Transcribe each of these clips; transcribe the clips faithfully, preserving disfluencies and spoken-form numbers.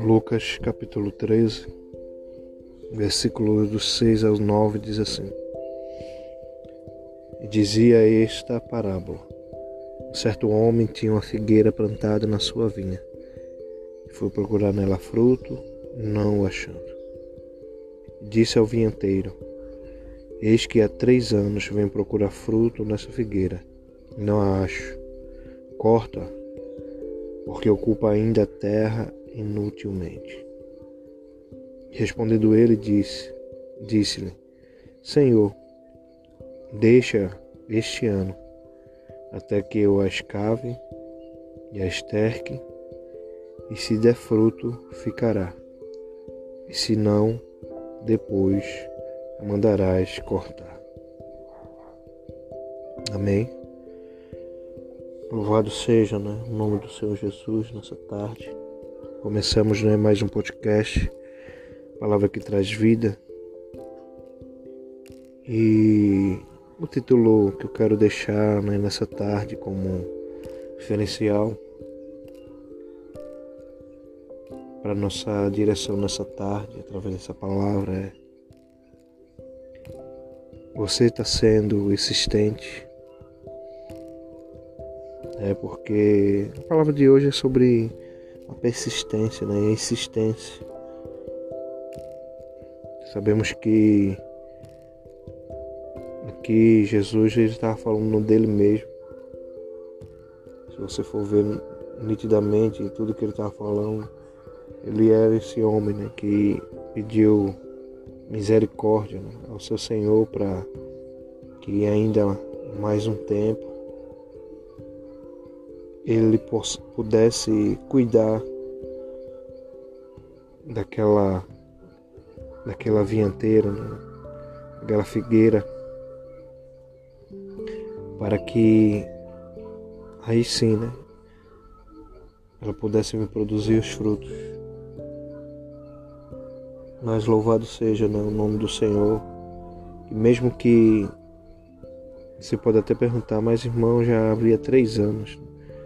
Lucas capítulo treze, versículos do seis ao nove, diz assim: E dizia esta parábola: Um certo homem tinha uma figueira plantada na sua vinha, e foi procurar nela fruto, não o achando. E disse ao vinhateiro: Eis que há três anos venho procurar fruto nessa figueira, e não a acho. Corta-a, porque ocupa ainda a terra inutilmente. Respondendo ele, disse, disse-lhe: Senhor, deixa este ano, até que eu a escave e a esterque, e se der fruto, ficará, e se não, depois a mandarás cortar. Amém? Louvado seja, né, o nome do Senhor Jesus nessa tarde. Começamos, né, mais um podcast, palavra que traz vida. E o título que eu quero deixar, né, nessa tarde como referencial para nossa direção nessa tarde, através dessa palavra, é: você está sendo insistente? É porque a palavra de hoje é sobre a persistência, né, a insistência. Sabemos que aqui Jesus estava falando dele mesmo. Se você for ver nitidamente tudo que ele estava falando, ele era esse homem, né, que pediu misericórdia, né, ao seu Senhor para que ainda mais um tempo ele pudesse cuidar daquela daquela vinhateira, né, daquela figueira, para que aí sim, né, ela pudesse me produzir os frutos. Mas louvado seja, né, o nome do Senhor. E mesmo que você pode até perguntar, mas irmão, já havia três anos,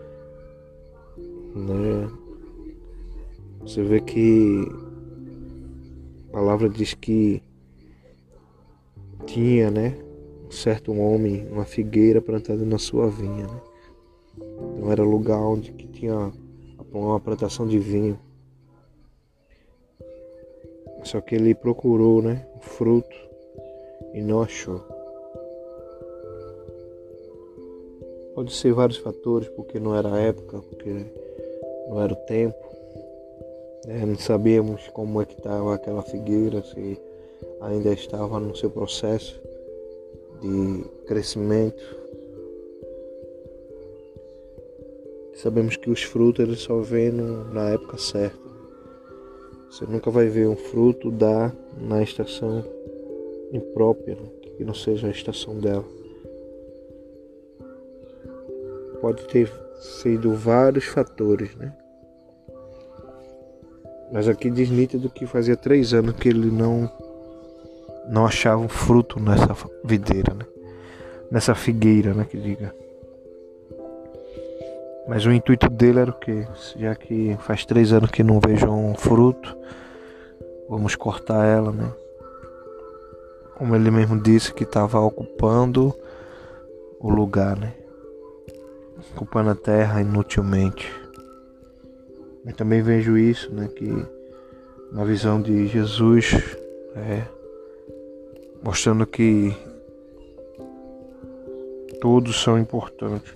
né? Você vê que a palavra diz que tinha, né, um certo homem, uma figueira plantada na sua vinha, né? Então era lugar onde que tinha uma plantação de vinho. Só que ele procurou, né, o fruto e não achou. Pode ser vários fatores, porque não era a época, porque não era o tempo, né? Não sabíamos como é que estava aquela figueira, se ainda estava no seu processo de crescimento. Sabemos que os frutos eles só vêm na época certa. Você nunca vai ver um fruto dar na estação imprópria, né, que não seja a estação dela. Pode ter sido vários fatores, né? Mas aqui diz nítido que fazia três anos que ele não, não achava um fruto nessa videira, né? Nessa figueira, né, que diga. Mas o intuito dele era o quê? Já que faz três anos que não vejo um fruto, vamos cortar ela, né? Como ele mesmo disse, que estava ocupando o lugar, né? Ocupando a terra inutilmente. Eu também vejo isso, né, que na visão de Jesus, é, mostrando que todos são importantes.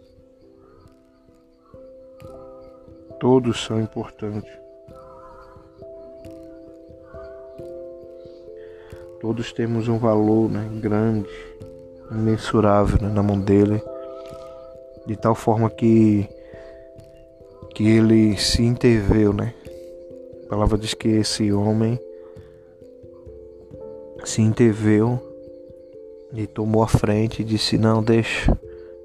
Todos são importantes. Todos temos um valor, né, grande, imensurável, né, na mão dele, de tal forma que que ele se interveio, né? A palavra diz que esse homem se interveio e tomou a frente e disse: não, deixa,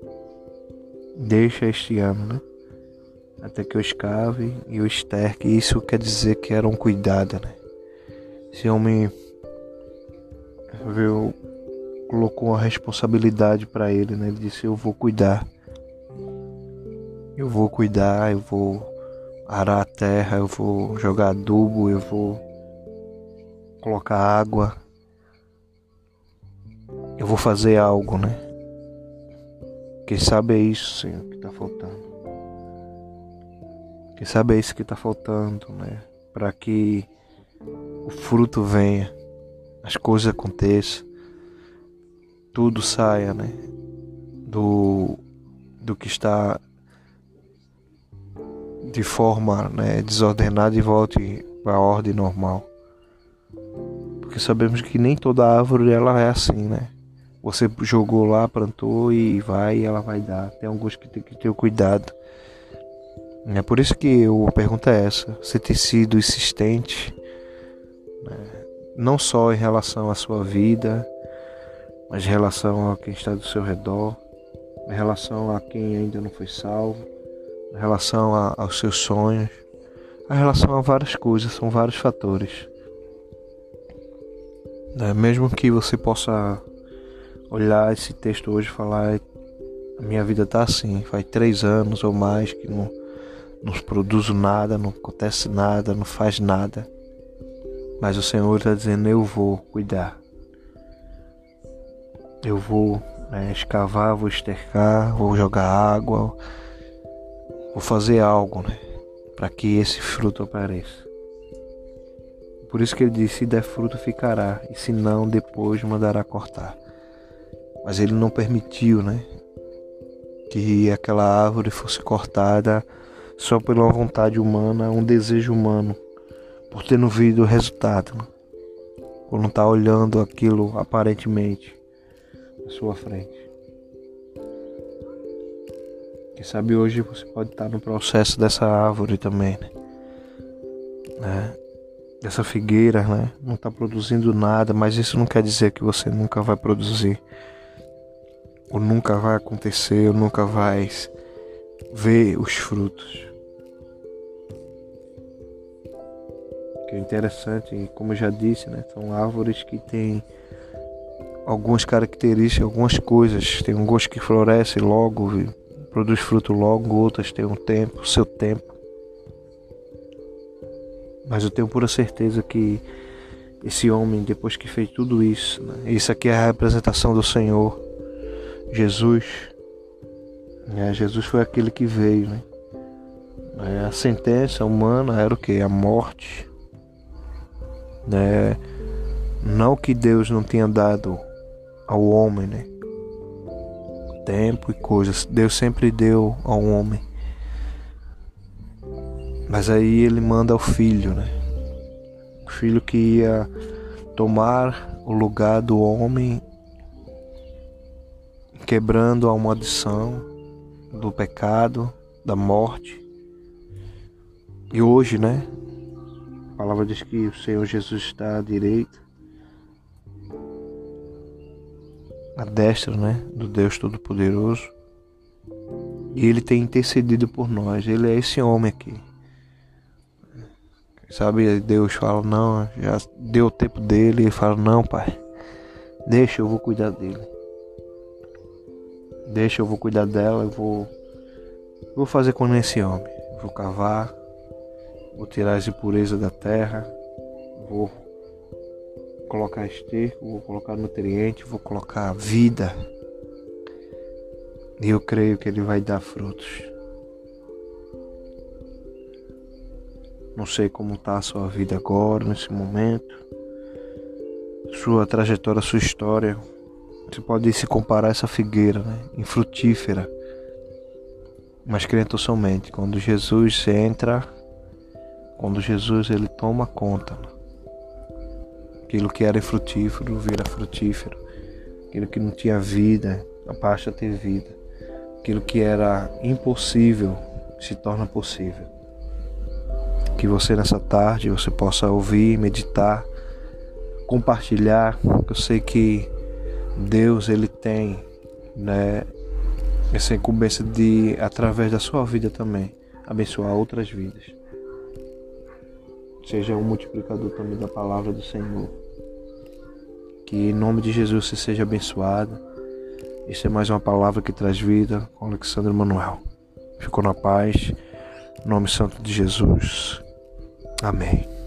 deixa este ano, né? Até que eu escave e eu esterque. Isso quer dizer que era um cuidado, né? Esse homem viu, colocou uma responsabilidade para ele, né? Ele disse: eu vou cuidar. Eu vou cuidar, eu vou arar a terra, eu vou jogar adubo, eu vou colocar água, eu vou fazer algo, né? Quem sabe é isso, Senhor, que está faltando. Quem sabe é isso que está faltando, né? Para que o fruto venha, as coisas aconteçam, tudo saia, né? Do, do que está de forma, né, desordenada e volte à ordem normal. Porque sabemos que nem toda árvore ela é assim, né? Você jogou lá, plantou e vai e ela vai dar. Tem alguns que tem que ter cuidado. É por isso que a pergunta é essa: você tem sido insistente, né? Não só em relação à sua vida, mas em relação a quem está do seu redor, em relação a quem ainda não foi salvo, em relação a, aos seus sonhos, em relação a várias coisas, são vários fatores. É, mesmo que você possa olhar esse texto hoje e falar: a minha vida está assim, faz três anos ou mais que não, não produzo nada, não acontece nada, não faz nada. Mas o Senhor está dizendo: eu vou cuidar. Eu vou né, escavar, vou estercar, vou jogar água, vou fazer algo, né, para que esse fruto apareça. Por isso que ele disse: se der fruto ficará, e se não, depois mandará cortar. Mas ele não permitiu, né, que aquela árvore fosse cortada só pela vontade humana, um desejo humano, por ter não visto o resultado, né? Por não estar olhando aquilo aparentemente na sua frente. Quem sabe hoje você pode estar no processo dessa árvore também, né? É, dessa figueira, né? Não está produzindo nada, mas isso não quer dizer que você nunca vai produzir, ou nunca vai acontecer, ou nunca vai ver os frutos. O que é interessante, como eu já disse, né? São árvores que têm algumas características, algumas coisas. Tem algumas que florescem logo, produz fruto logo, outras têm um tempo, seu tempo. Mas eu tenho pura certeza que esse homem, depois que fez tudo isso, né, isso aqui é a representação do Senhor Jesus. É, Jesus foi aquele que veio, né? É, a sentença humana era o que? A morte. Né? Não que Deus não tenha dado ao homem, né, tempo e coisas. Deus sempre deu ao homem. Mas aí ele manda o filho, né? O filho que ia tomar o lugar do homem, quebrando a maldição do pecado, da morte. E hoje, né, a palavra diz que o Senhor Jesus está à direita, à destra, né, do Deus Todo-Poderoso. E Ele tem intercedido por nós. Ele é esse homem aqui. Sabe, Deus fala: não, já deu o tempo dele. Ele fala: não, Pai, deixa, eu vou cuidar dele. Deixa, eu vou cuidar dela. Eu vou, eu vou fazer com esse homem. Eu vou cavar, vou tirar as impurezas da terra, vou colocar esterco, vou colocar nutriente, vou colocar vida. E eu creio que ele vai dar frutos. Não sei como está a sua vida agora, nesse momento, sua trajetória, sua história. Você pode se comparar a essa figueira, né, infrutífera, mas crente somente quando Jesus entra, quando Jesus ele toma conta. Aquilo que era infrutífero vira frutífero. Aquilo que não tinha vida passa a ter vida. Aquilo que era impossível se torna possível. Que você nessa tarde você possa ouvir, meditar, compartilhar. Eu sei que Deus ele tem, né, essa incumbência de, através da sua vida também, abençoar outras vidas. Seja um multiplicador também da palavra do Senhor. Que em nome de Jesus você seja abençoado. Isso é mais uma palavra que traz vida com Alexandre Manuel. Ficou na paz. Em nome santo de Jesus. Amém.